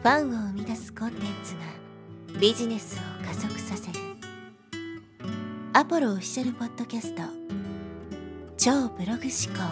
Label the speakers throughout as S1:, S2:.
S1: ファンを生み出すコンテンツがビジネスを加速させるアポロオフィシャルポッドキャスト超ブログ思考。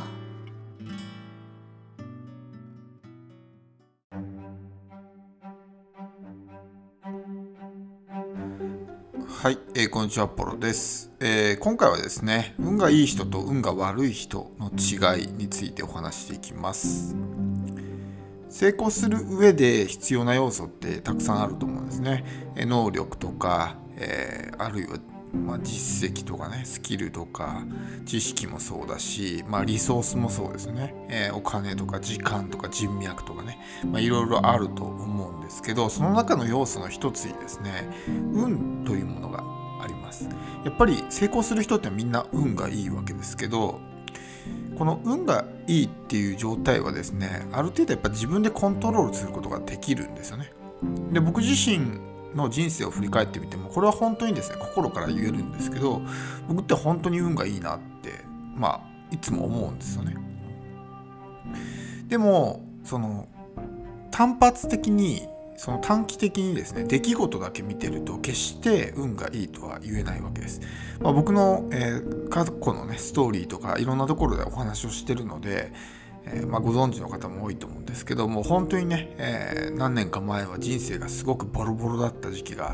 S2: はい、こんにちは、アポロです。今回はですね、運がいい人と運が悪い人の違いについてお話していきます。成功する上で必要な要素ってたくさんあると思うんですね。能力とか、あるいは実績とかね、スキルとか知識もそうだし、リソースもそうですね、お金とか時間とか人脈とかね、いろいろあると思うんですけど、その中の要素の一つにですね、運というものがあります。やっぱり成功する人ってみんな運がいいわけですけど、この運がいいっていう状態はですね、ある程度やっぱ自分でコントロールすることができるんですよね。で、僕自身の人生を振り返ってみても、これは本当にですね、心から言えるんですけど、僕って本当に運がいいなっていつも思うんですよね。でも単発的に短期的にですね、出来事だけ見てると決して運がいいとは言えないわけです。僕の、過去のねストーリーとかいろんなところでお話をしてるので、ご存知の方も多いと思うんですけども、本当にね、何年か前は人生がすごくボロボロだった時期があって、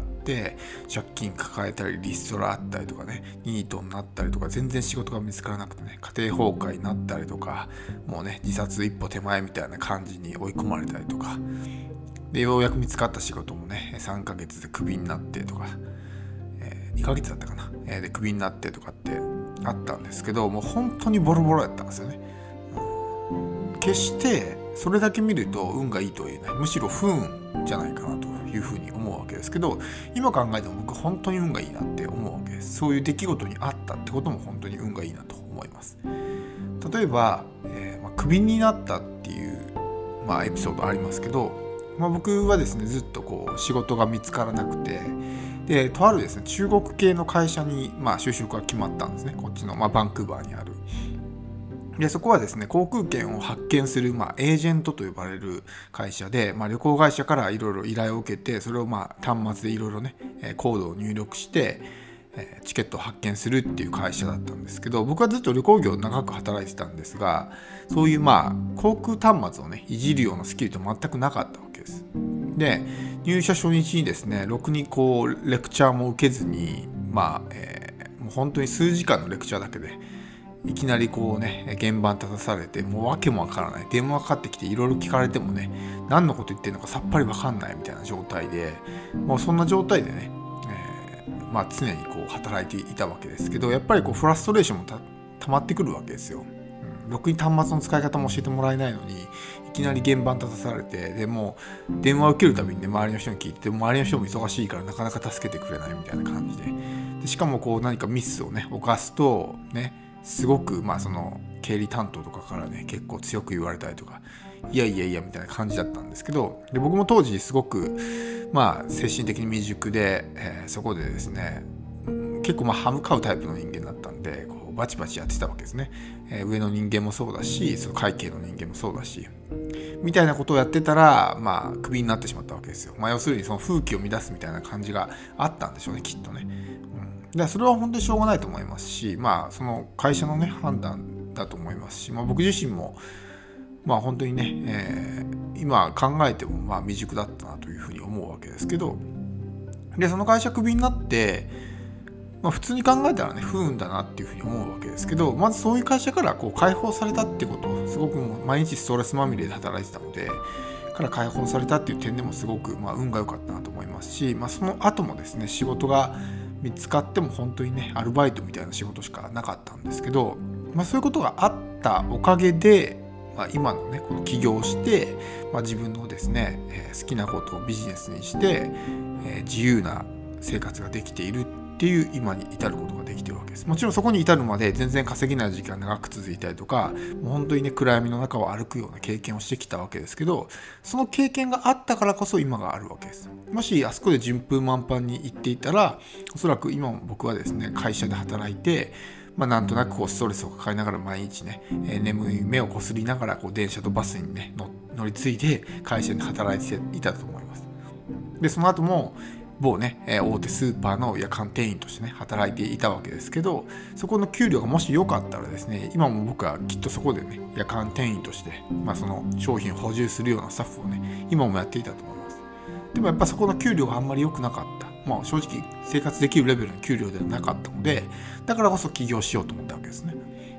S2: 借金抱えたりリストラあったりとかね、ニートになったりとか、全然仕事が見つからなくてね、家庭崩壊になったりとか、もうね自殺一歩手前みたいな感じに追い込まれたりとかで、ようやく見つかった仕事もね3ヶ月でクビになってとか、2ヶ月だったかな、でクビになってとかってあったんですけど、もう本当にボロボロやったんですよね。決してそれだけ見ると運がいいとは言えない、むしろ不運じゃないかなというふうに思うわけですけど、今考えても僕本当に運がいいなって思うわけです。そういう出来事にあったってことも本当に運がいいなと思います。例えば、クビになったっていう、エピソードありますけど、僕はですねずっと仕事が見つからなくて、でとあるですね中国系の会社に就職が決まったんですね。こっちの、バンクーバーにある。でそこはですね、航空券を発券する、エージェントと呼ばれる会社で、旅行会社からいろいろ依頼を受けて、それを端末でいろいろねコードを入力してチケットを発券するっていう会社だったんですけど、僕はずっと旅行業長く働いてたんですが、そういう航空端末をねいじるようなスキルって全くなかったわけです。で入社初日にですね、ろくにレクチャーも受けずに、もう本当に数時間のレクチャーだけでいきなり現場に立たされて、もう訳もわからない、電話かかってきていろいろ聞かれてもね、何のこと言ってるのかさっぱりわかんないみたいな状態で、もうそんな状態でね、常に働いていたわけですけど、やっぱりフラストレーションも溜まってくるわけですよ。ろくに端末の使い方も教えてもらえないのに、いきなり現場に立たされて、でも電話を受けるたびにね、周りの人に聞いて、周りの人も忙しいからなかなか助けてくれないみたいな感じで、しかも何かミスをね犯すとね、すごくその経理担当とかからね結構強く言われたりとか、いやみたいな感じだったんですけど、で僕も当時すごく精神的に未熟で、そこでですね結構歯向かうタイプの人間だったんで、バチバチやってたわけですね。上の人間もそうだし、その会計の人間もそうだしみたいなことをやってたら、クビになってしまったわけですよ。要するにその風紀を乱すみたいな感じがあったんでしょうね、きっとね。でそれは本当にしょうがないと思いますし、その会社のね判断だと思いますし、僕自身も本当にね、今考えても未熟だったなというふうに思うわけですけど、でその会社クビになって、普通に考えたらね不運だなっていうふうに思うわけですけど、まずそういう会社から解放されたってこと、すごくもう毎日ストレスまみれで働いてたのでから解放されたっていう点でもすごく運が良かったなと思いますし、その後もですね仕事が見つかっても本当にねアルバイトみたいな仕事しかなかったんですけど、そういうことがあったおかげで、今のねこの起業をして、自分のですね、好きなことをビジネスにして、自由な生活ができているっていう今に至ることができているわけです。もちろんそこに至るまで全然稼げない時間が長く続いたりとか、もう本当にね暗闇の中を歩くような経験をしてきたわけですけど、その経験があったからこそ今があるわけです。もしあそこで順風満帆に行っていたら、おそらく今も僕はですね会社で働いて、 なんとなくストレスを抱えながら毎日ね、眠い目をこすりながら電車とバスにね乗り継いで会社に働いていたと思います。でその後も某ね、大手スーパーの夜間店員としてね働いていたわけですけど、そこの給料がもし良かったらですね、今も僕はきっとそこでね夜間店員として、その商品を補充するようなスタッフをね今もやっていたと思います。でもやっぱそこの給料があんまり良くなかった、正直生活できるレベルの給料ではなかったので、だからこそ起業しようと思ったわけですね。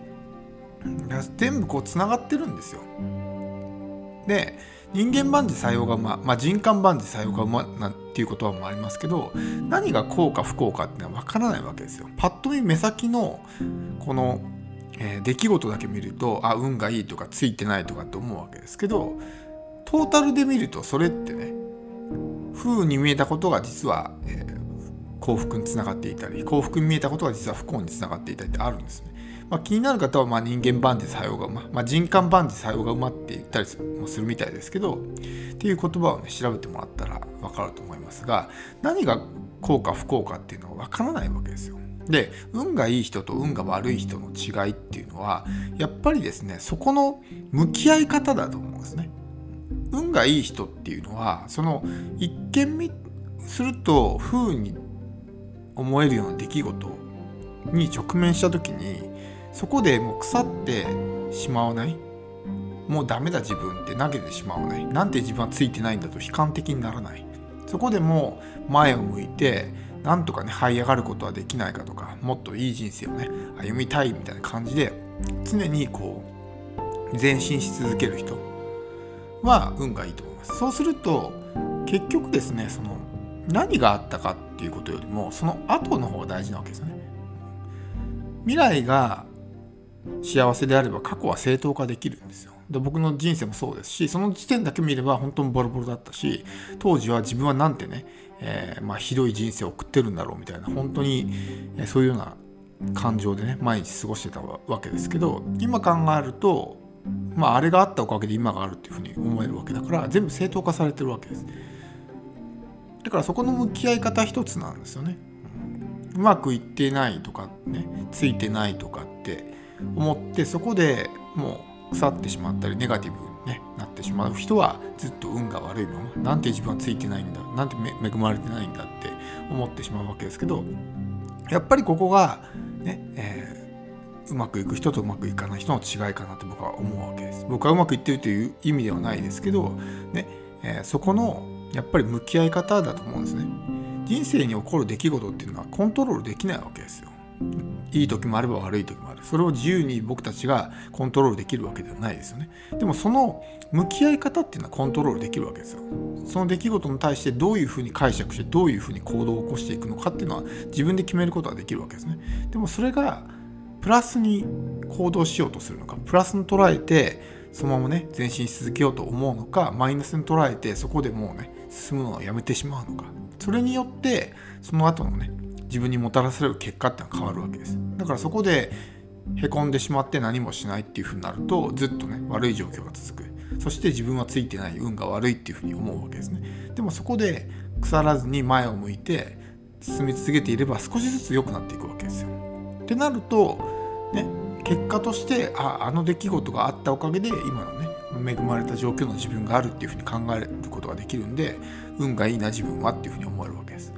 S2: 全部つながってるんですよ。で人間万事採用が馬、人間万事採用が馬なんていう言葉もありますけど、何が幸か不幸かっていうのは分からないわけですよ。パッと見目先のこの、出来事だけ見ると運がいいとかついてないとかって思うわけですけど、トータルで見るとそれってね不運に見えたことが実は、幸福につながっていたり、幸福に見えたことが実は不幸につながっていたりってあるんですね。気になる方は人間万事採用が馬、人間万事採用が馬って言ったりもするみたいですけど、っていう言葉をね調べてもらったら分かると思いますが、何が幸か不幸かっていうのは分からないわけですよ。で運がいい人と運が悪い人の違いっていうのはやっぱりですね、そこの向き合い方だと思うんですね。運がいい人っていうのはその一見すると不運に思えるような出来事に直面した時に、そこでもう腐ってしまわない、もうダメだ自分って投げてしまわない、なんて自分はついてないんだと悲観的にならない、そこでもう前を向いてなんとかね這い上がることはできないかとか、もっといい人生をね歩みたいみたいな感じで常に前進し続ける人は運がいいと思います。そうすると結局ですね、その何があったかっていうことよりもその後の方が大事なわけですよね。未来が幸せであれば過去は正当化できるんですよ。で僕の人生もそうですし、その時点だけ見れば本当にボロボロだったし、当時は自分はなんてね、ひどい人生を送ってるんだろうみたいな、本当に、そういうような感情でね毎日過ごしてたわけですけど、今考えるとあれがあったおかげで今があるっていうふうに思えるわけだから、全部正当化されてるわけです。だからそこの向き合い方一つなんですよね。うまくいってないとかね、ついてないとかって思ってそこでもう腐ってしまったりネガティブに、ね、なってしまう人はずっと運が悪いまま、なんて自分はついてないんだ、なんて恵まれてないんだって思ってしまうわけですけど、やっぱりここがね、うまくいく人とうまくいかない人の違いかなって僕は思うわけです。僕はうまくいってるという意味ではないですけど、ねそこのやっぱり向き合い方だと思うんですね。人生に起こる出来事っていうのはコントロールできないわけですよ。いい時もあれば悪い時もある。それを自由に僕たちがコントロールできるわけではないですよね。でもその向き合い方っていうのはコントロールできるわけですよ。その出来事に対してどういうふうに解釈してどういうふうに行動を起こしていくのかっていうのは自分で決めることができるわけですね。でもそれがプラスに行動しようとするのか、プラスに捉えてそのままね前進し続けようと思うのか、マイナスに捉えてそこでもうね進むのをやめてしまうのか、それによってその後のね自分にもたらされる結果ってのは変わるわけです。だからそこでへこんでしまって何もしないっていう風になるとずっとね悪い状況が続く。そして自分はついてない、運が悪いっていう風に思うわけですね。でもそこで腐らずに前を向いて進み続けていれば少しずつ良くなっていくわけですよ。ってなるとね、結果としてあの出来事があったおかげで今のね恵まれた状況の自分があるっていう風に考えることができるんで、運がいいな自分はっていう風に思えるわけです。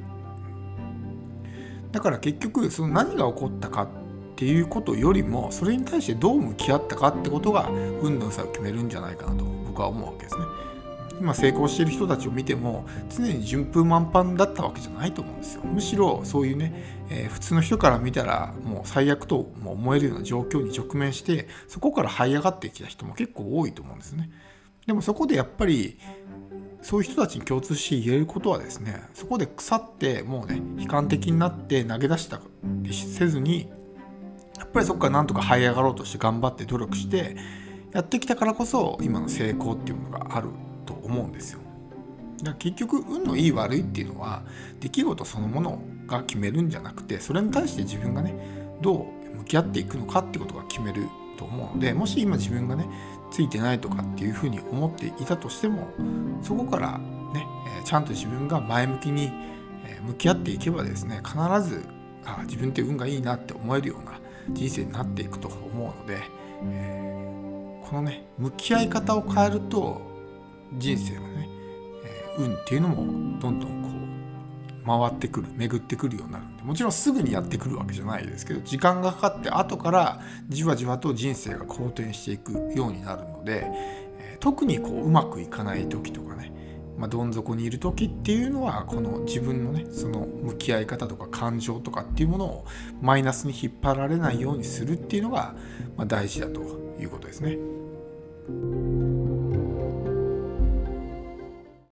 S2: だから結局その何が起こったかっていうことよりもそれに対してどう向き合ったかってことが運の良さを決めるんじゃないかなと僕は思うわけですね。今成功している人たちを見ても常に順風満帆だったわけじゃないと思うんですよ。むしろそういうね、普通の人から見たらもう最悪とも思えるような状況に直面してそこから這い上がってきた人も結構多いと思うんですね。でもそこでやっぱりそういう人たちに共通して言えることはですね、そこで腐ってもうね悲観的になって投げ出したりせずに、やっぱりそこからなんとか這い上がろうとして頑張って努力してやってきたからこそ今の成功っていうものがあると思うんですよ。だから結局運のいい悪いっていうのは出来事そのものが決めるんじゃなくて、それに対して自分がねどう向き合っていくのかってことが決めると思うので、もし今自分がねついてないとかっていうふうに思っていたとしても、そこからねちゃんと自分が前向きに向き合っていけばですね、必ず自分って運がいいなって思えるような人生になっていくと思うので、このね向き合い方を変えると人生のね、運っていうのもどんどんこう回ってくる、巡ってくるようになるんで、もちろんすぐにやってくるわけじゃないですけど、時間がかかって後からじわじわと人生が好転していくようになるので、特にこううまくいかない時とかね、どん底にいる時っていうのは、この自分のねその向き合い方とか感情とかっていうものをマイナスに引っ張られないようにするっていうのが大事だということですね。